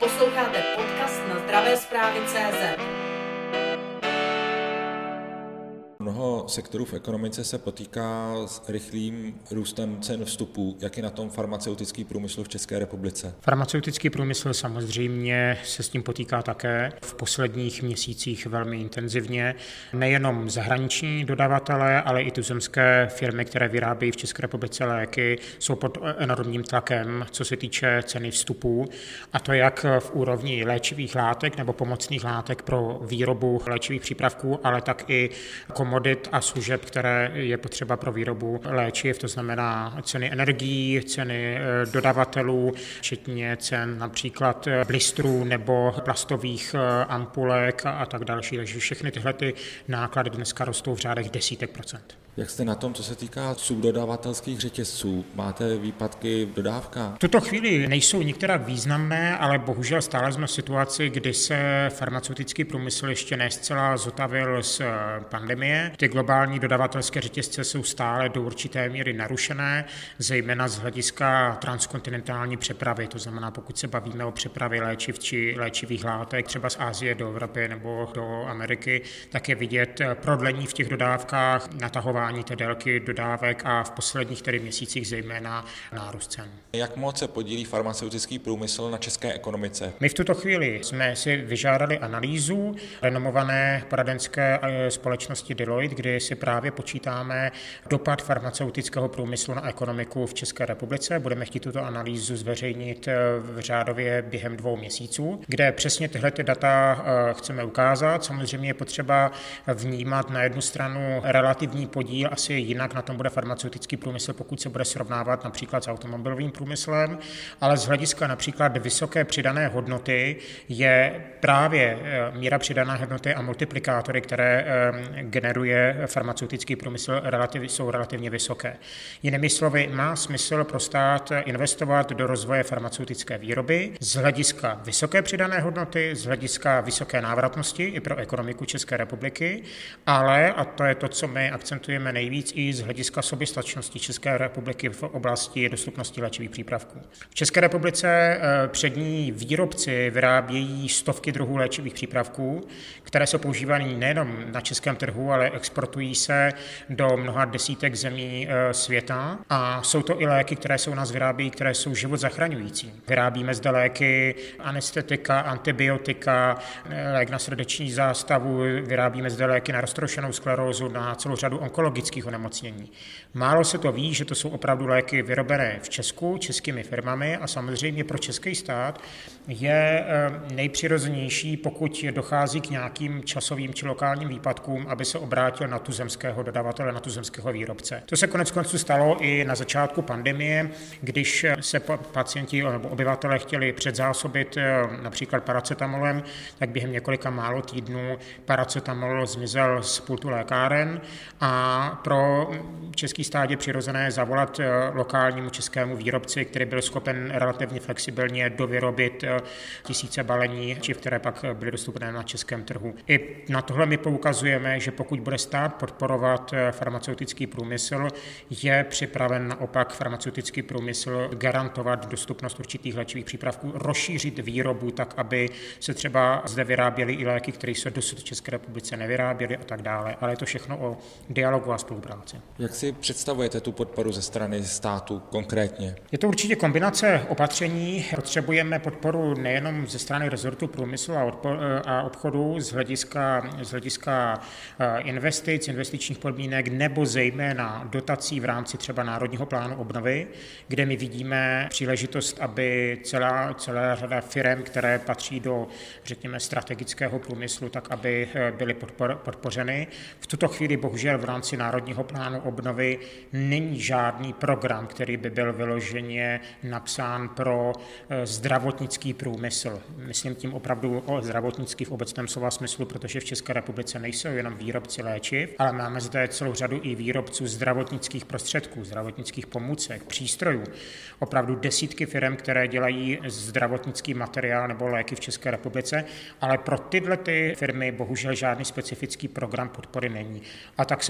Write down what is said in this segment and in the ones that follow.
Posloucháte podcast na zdravésprávy.cz. Mnoho sektorů v ekonomice se potýká s rychlým růstem cen vstupů. Jak je na tom farmaceutický průmysl v České republice? Farmaceutický průmysl samozřejmě se s tím potýká také v posledních měsících velmi intenzivně. Nejenom zahraniční dodavatelé, ale i tuzemské firmy, které vyrábějí v České republice léky, jsou pod enormním tlakem, co se týče ceny vstupů. A to jak v úrovni léčivých látek nebo pomocných látek pro výrobu léčivých přípravků, ale tak i komodit a služeb, které je potřeba pro výrobu léčiv, to znamená ceny energií, ceny dodavatelů, včetně cen například blistrů nebo plastových ampulek a tak další. Takže všechny tyhle náklady dneska rostou v řádech desítek procent. Jak jste na tom, co se týká subdodavatelských řetězců? Máte výpadky v dodávkách? V tuto chvíli nejsou nikterak významné, ale bohužel stále jsme v situaci, kdy se farmaceutický průmysl ještě ne zcela zotavil z pandemie. Ty globální dodavatelské řetězce jsou stále do určité míry narušené, zejména z hlediska transkontinentální přepravy. To znamená, pokud se bavíme o přepravě léčiv či léčivých látek, třeba z Asie do Evropy nebo do Ameriky, tak je vidět prodlení v těch dodávkách, natahování té délky dodávek a v posledních měsících zejména nárůst cen. Jak moc se podílí farmaceutický průmysl na české ekonomice? My v tuto chvíli jsme si vyžádali analýzu renomované poradenské společnosti Deloitte, kdy si právě počítáme dopad farmaceutického průmyslu na ekonomiku v České republice. Budeme chtít tuto analýzu zveřejnit v řádově během 2 měsíců, kde přesně tyhle data chceme ukázat. Samozřejmě je potřeba vnímat na jednu stranu relativní podíl, asi jinak na tom bude farmaceutický průmysl, pokud se bude srovnávat například s automobilovým průmyslem, ale z hlediska například vysoké přidané hodnoty je právě míra přidané hodnoty a multiplikátory, které generuje farmaceutický průmysl, jsou relativně vysoké. Jinými slovy, má smysl pro stát investovat do rozvoje farmaceutické výroby z hlediska vysoké přidané hodnoty, z hlediska vysoké návratnosti i pro ekonomiku České republiky, ale, a to je to, co my akcentujeme nejvíc, i z hlediska soběstačnosti České republiky v oblasti dostupnosti léčivých přípravků. V České republice přední výrobci vyrábějí stovky druhů léčivých přípravků, které jsou používané nejenom na českém trhu, ale exportují se do mnoha desítek zemí světa a jsou to i léky, které se u nás vyrábějí, které jsou život zachraňující. Vyrábíme zde léky anestetika, antibiotika, lék na srdeční zástavu, vyrábíme zde léky na roztroušenou sklerózu, na celou řadu onkologických onemocnění. Málo se to ví, že to jsou opravdu léky vyrobené v Česku, českými firmami a samozřejmě pro český stát je nejpřirozenější, pokud dochází k nějakým časovým či lokálním výpadkům, aby se obrátil na tuzemského dodavatele, na tuzemského výrobce. To se koneckonců stalo i na začátku pandemie, když se pacienti nebo obyvatelé chtěli předzásobit například paracetamolem, tak během několika málo týdnů paracetamol zmizel z pultu lékáren a pro český stát je přirozené zavolat lokálnímu českému výrobci, který byl schopen relativně flexibilně dovyrobit tisíce balení, či které pak byly dostupné na českém trhu. I na tohle my poukazujeme, že pokud bude stát podporovat farmaceutický průmysl, je připraven naopak farmaceutický průmysl garantovat dostupnost určitých léčivých přípravků, rozšířit výrobu tak, aby se třeba zde vyráběly i léky, které se dosud v České republice nevyráběly a tak dále. Ale je to všechno o dialogu a spolupráci. Jak si představujete tu podporu ze strany státu konkrétně? Je to určitě kombinace opatření. Potřebujeme podporu nejenom ze strany rezortu průmyslu a obchodu z hlediska investic, investičních podmínek nebo zejména dotací v rámci třeba Národního plánu obnovy, kde my vidíme příležitost, aby celá řada firem, které patří do, řekněme, strategického průmyslu, tak aby byly podpořeny. V tuto chvíli bohužel v rámci Národního plánu obnovy není žádný program, který by byl vyloženě napsán pro zdravotnický průmysl. Myslím tím opravdu o zdravotnický v obecném slova smyslu, protože v České republice nejsou jenom výrobci léčiv, ale máme zde celou řadu i výrobců zdravotnických prostředků, zdravotnických pomůcek, přístrojů. Opravdu desítky firm, které dělají zdravotnický materiál nebo léky v České republice, ale pro tyhle firmy bohužel žádný specifický program podpory není. A tak se budou muset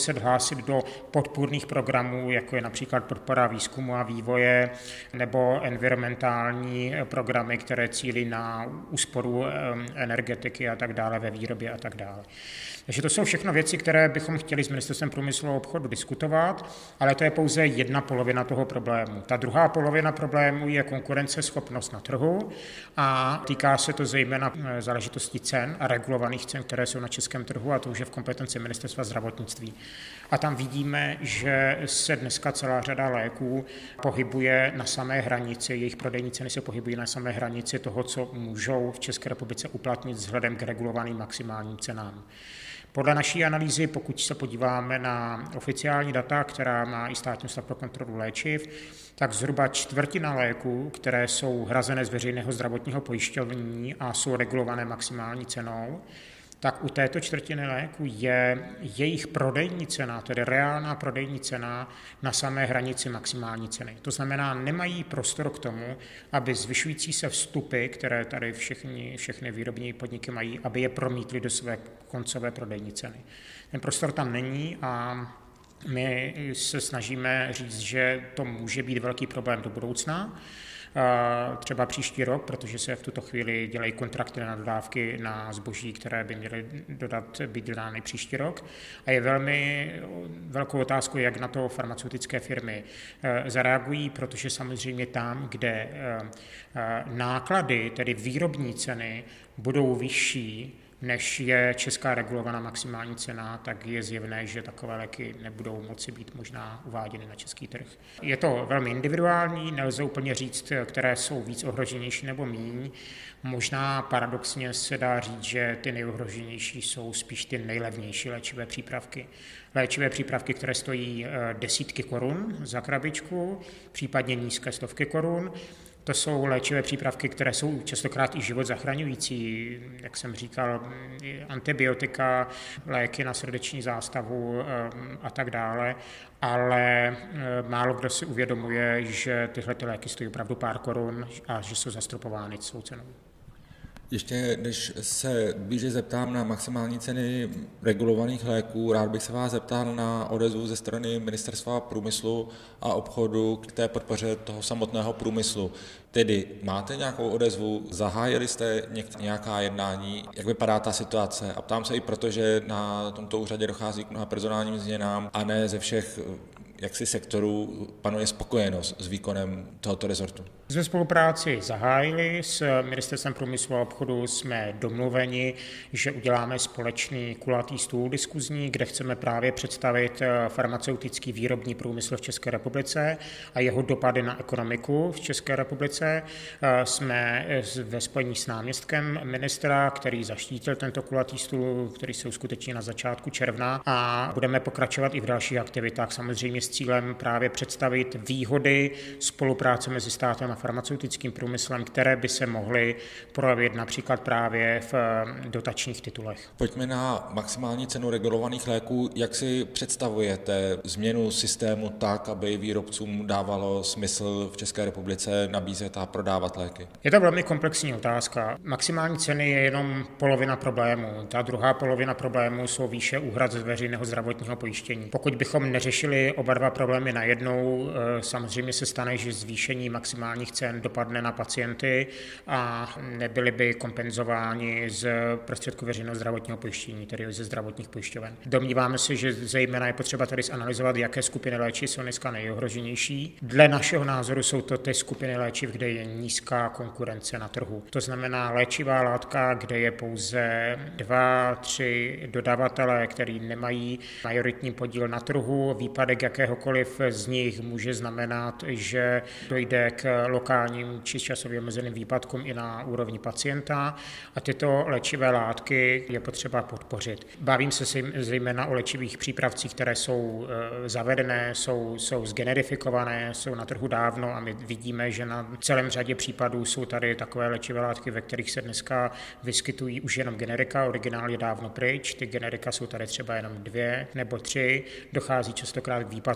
muset hlásit do podpůrných programů, jako je například podpora výzkumu a vývoje nebo environmentální programy, které cílí na úsporu energetiky a tak dále ve výrobě a tak dále. Takže to jsou všechno věci, které bychom chtěli s Ministerstvem průmyslu a obchodu diskutovat, ale to je pouze jedna polovina toho problému. Ta druhá polovina problému je konkurenceschopnost na trhu a týká se to zejména záležitosti cen a regulovaných cen, které jsou na českém trhu, a to už je v kompetenci Ministerstva zdravotnictví. A tam vidíme, že se dneska celá řada léků pohybuje na samé hranici, jejich prodejní ceny se pohybují na samé hranici toho, co můžou v České republice uplatnit vzhledem k regulovaným maximálním cenám. Podle naší analýzy, pokud se podíváme na oficiální data, která má i Státní ústav pro kontrolu léčiv, tak zhruba čtvrtina léků, které jsou hrazené z veřejného zdravotního pojišťovní a jsou regulované maximální cenou, tak u této čtvrtiny léků je jejich prodejní cena, tedy reálná prodejní cena, na samé hranici maximální ceny. To znamená, nemají prostor k tomu, aby zvyšující se vstupy, které tady všechny výrobní podniky mají, aby je promítly do své koncové prodejní ceny. Ten prostor tam není a my se snažíme říct, že to může být velký problém do budoucna, třeba příští rok, protože se v tuto chvíli dělají kontrakty na dodávky na zboží, které by měly být dodány příští rok. A je velmi velkou otázkou, jak na to farmaceutické firmy zareagují, protože samozřejmě tam, kde náklady, tedy výrobní ceny, budou vyšší, než je česká regulovaná maximální cena, tak je zjevné, že takové léky nebudou moci být možná uváděny na český trh. Je to velmi individuální, nelze úplně říct, které jsou víc ohroženější nebo míň. Možná paradoxně se dá říct, že ty nejohroženější jsou spíš ty nejlevnější léčivé přípravky. Léčivé přípravky, které stojí desítky korun za krabičku, případně nízké stovky korun. To jsou léčivé přípravky, které jsou častokrát i život zachraňující, jak jsem říkal, antibiotika, léky na srdeční zástavu a tak dále, ale málo kdo si uvědomuje, že tyhle léky stojí opravdu pár korun a že jsou zastropovány svou cenou. Ještě než se blíže zeptám na maximální ceny regulovaných léků, rád bych se vás zeptal na odezvu ze strany Ministerstva průmyslu a obchodu k té podpoře toho samotného průmyslu. Tedy máte nějakou odezvu, zahájili jste nějaká jednání, jak vypadá ta situace? A ptám se i proto, že na tomto úřadě dochází k mnoha personálním změnám a ne ze všech sektorů panuje spokojenost s výkonem tohoto rezortu. Jsme spolupráci zahájili s Ministerstvem průmyslu a obchodu, jsme domluveni, že uděláme společný kulatý stůl diskuzní, kde chceme právě představit farmaceutický výrobní průmysl v České republice a jeho dopady na ekonomiku v České republice. Jsme ve spojení s náměstkem ministra, který zaštítil tento kulatý stůl, který se uskuteční na začátku června, a budeme pokračovat i v dalších aktivitách, samozřejmě s cílem právě představit výhody spolupráce mezi státem a farmaceutickým průmyslem, které by se mohly projevit například právě v dotačních titulech. Pojďme na maximální cenu regulovaných léků. Jak si představujete změnu systému tak, aby výrobcům dávalo smysl v České republice nabízet a prodávat léky? Je to velmi komplexní otázka. Maximální ceny je jenom polovina problému. Ta druhá polovina problému jsou výše úhrad z veřejného zdravotního pojištění. Pokud bychom neřešili oba dva problémy najednou, samozřejmě se stane, že zvýšení maximálních cen dopadne na pacienty a nebyly by kompenzováni z prostředků veřejného zdravotního pojištění, tedy ze zdravotních pojišťoven. Domníváme se, že zejména je potřeba tady zanalyzovat, jaké skupiny léčiv jsou dneska nejohroženější. Dle našeho názoru jsou to ty skupiny léčiv, kde je nízká konkurence na trhu. To znamená léčivá látka, kde je pouze 2-3 dodavatelé, který nemají majoritní podíl na trhu. Výpadek jakéhokoliv z nich může znamenat, že dojde k lokálním či časově omezeným výpadkům i na úrovni pacienta a tyto léčivé látky je potřeba podpořit. Bavím se zejména o léčivých přípravcích, které jsou zavedené, jsou zgenerifikované, jsou na trhu dávno a my vidíme, že na celém řadě případů jsou tady takové léčivé látky, ve kterých se dneska vyskytují už jenom generika, originál je dávno pryč, ty generika jsou tady třeba jenom 2 nebo 3, dochází častokrát k výpadku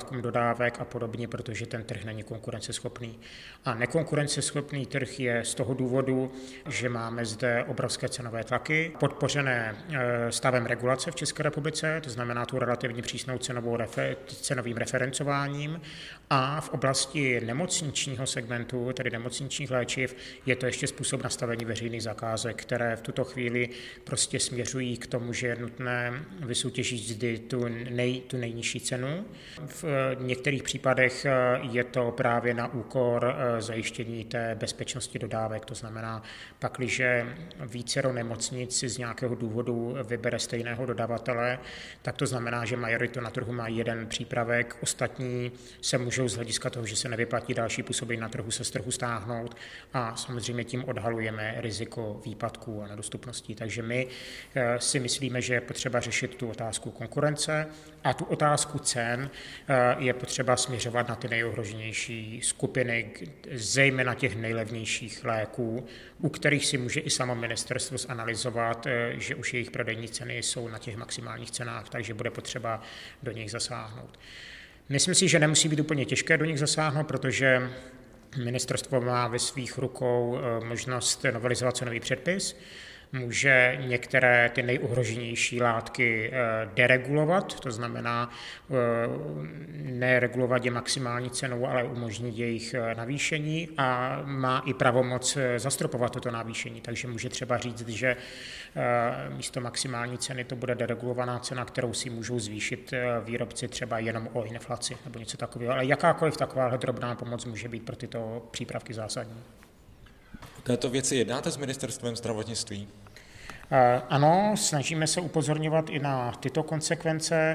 nedostatkům dodávek a podobně, protože ten trh není konkurenceschopný. A nekonkurenceschopný trh je z toho důvodu, že máme zde obrovské cenové tlaky, podpořené stavem regulace v České republice, to znamená tu relativně přísnou cenovým referencováním, a v oblasti nemocničního segmentu, tedy nemocničních léčiv, je to ještě způsob nastavení veřejných zakázek, které v tuto chvíli prostě směřují k tomu, že je nutné vysoutěžit vždy tu nejnižší cenu. V některých případech je to právě na úkor zajištění té bezpečnosti dodávek, to znamená, pakliže vícero nemocnic si z nějakého důvodu vybere stejného dodavatele, tak to znamená, že majorita na trhu má jeden přípravek, ostatní se můžou z hlediska toho, že se nevyplatí další působení na trhu, se z trhu stáhnout a samozřejmě tím odhalujeme riziko výpadků a nedostupností. Takže my si myslíme, že je potřeba řešit tu otázku konkurence a tu otázku cen je potřeba směřovat na ty nejohroženější skupiny, zejména těch nejlevnějších léků, u kterých si může i samo ministerstvo zanalyzovat, že už jejich prodejní ceny jsou na těch maximálních cenách, takže bude potřeba do nich zasáhnout. Myslím si, že nemusí být úplně těžké do nich zasáhnout, protože ministerstvo má ve svých rukou možnost novelizovat cenový předpis, může některé ty nejohroženější látky deregulovat, to znamená neregulovat je maximální cenou, ale umožnit jejich navýšení a má i pravomoc zastropovat toto navýšení. Takže může třeba říct, že místo maximální ceny to bude deregulovaná cena, kterou si můžou zvýšit výrobci třeba jenom o inflaci nebo něco takového. Ale jakákoliv taková drobná pomoc může být pro tyto přípravky zásadní. O této věci jednáte s ministerstvem zdravotnictví? Ano, snažíme se upozorňovat i na tyto konsekvence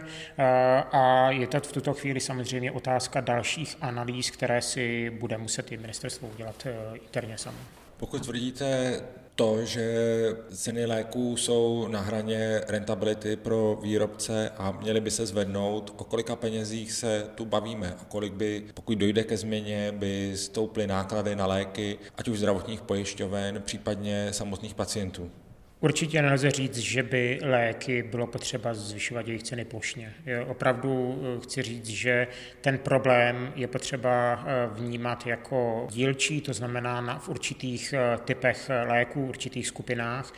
a je to v tuto chvíli samozřejmě otázka dalších analýz, které si bude muset i ministerstvo udělat interně samo. Pokud tvrdíte to, že ceny léků jsou na hraně rentability pro výrobce a měly by se zvednout, o kolika penězích se tu bavíme a kolik by, pokud dojde ke změně, by stouply náklady na léky, ať už zdravotních pojišťoven, případně samotných pacientů? Určitě nelze říct, že by léky bylo potřeba zvyšovat jejich ceny plošně. Opravdu chci říct, že ten problém je potřeba vnímat jako dílčí, to znamená v určitých typech léků, určitých skupinách.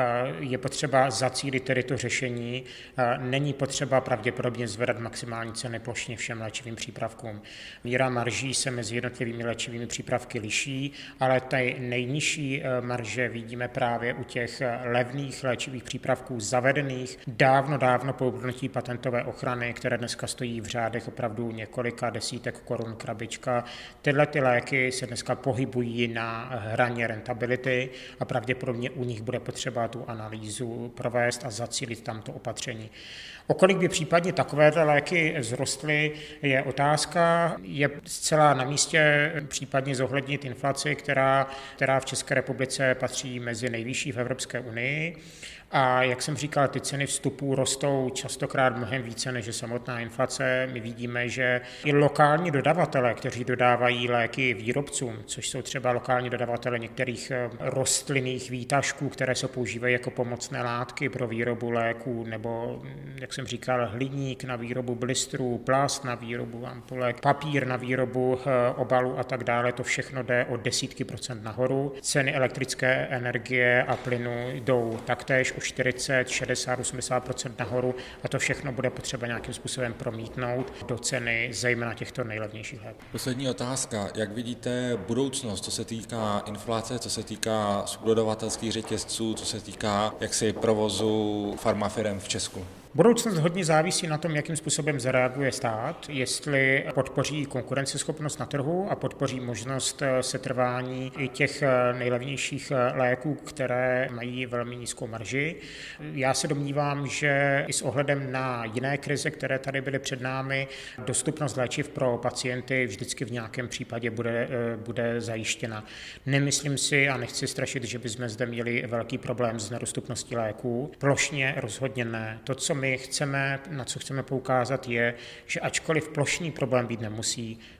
Je potřeba zacílit tedy to řešení. Není potřeba pravděpodobně zvedat maximální ceny plošně všem léčivým přípravkům. Míra marží se mezi jednotlivými léčivými přípravky liší, ale ty nejnižší marže vidíme právě u těch levných léčivých přípravků zavedených dávno po uplynutí patentové ochrany, které dneska stojí v řádech opravdu několika desítek korun krabička. Tyhle ty léky se dneska pohybují na hraně rentability a pravděpodobně u nich bude potřeba tu analýzu provést a zacílit tamto opatření. O kolik by případně takovéto léky vzrostly, je otázka. Je zcela na místě případně zohlednit inflaci, která v České republice patří mezi nejvyšší v Evropské unii. A jak jsem říkal, ty ceny vstupů rostou častokrát mnohem více než samotná inflace. My vidíme, že i lokální dodavatelé, kteří dodávají léky výrobcům, což jsou třeba lokální dodavatelé některých rostlinných výtažků, které se používají jako pomocné látky pro výrobu léků, nebo, jak jsem říkal, hliník na výrobu blistrů, plast na výrobu ampulek, papír na výrobu obalu a tak dále, to všechno jde o desítky procent nahoru. Ceny elektrické energie a plynu jdou taktéž o 40, 60, 80% nahoru a to všechno bude potřeba nějakým způsobem promítnout do ceny zejména těchto nejlevnějších léků. Poslední otázka. Jak vidíte budoucnost, co se týká inflace, co se týká subdodavatelských řetězců, co se týká jaksi provozu farmafirem v Česku? Budoucnost hodně závisí na tom, jakým způsobem zareaguje stát, jestli podpoří konkurenceschopnost na trhu a podpoří možnost setrvání i těch nejlevnějších léků, které mají velmi nízkou marži. Já se domnívám, že i s ohledem na jiné krize, které tady byly před námi, dostupnost léčiv pro pacienty vždycky v nějakém případě bude zajištěna. Nemyslím si a nechci strašit, že bychom zde měli velký problém s nedostupností léků. Plošně rozhodně ne. To, co my chceme, na co chceme poukázat, je, že ačkoliv plošný problém být nemusí,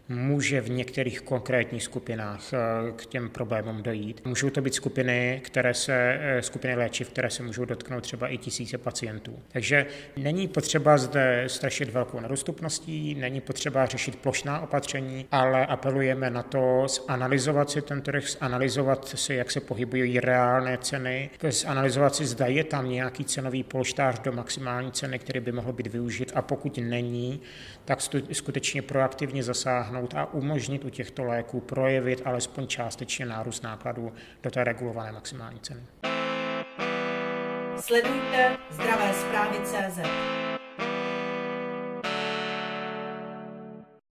může v některých konkrétních skupinách k těm problémům dojít. Můžou to být skupiny léčiv, které se můžou dotknout třeba i tisíce pacientů. Takže není potřeba zde strašit velkou nedostupností, není potřeba řešit plošná opatření, ale apelujeme na to zanalyzovat si ten trh, zanalyzovat si, jak se pohybují reálné ceny, zanalyzovat si, zda je tam nějaký cenový polštář do maximální ceny, který by mohl být využit, a pokud není, tak skutečně proaktivně zasáhnout a umožnit u těchto léků projevit alespoň částečně nárůst nákladů do té regulované maximální ceny. Sledujte Zdravé zprávy.cz.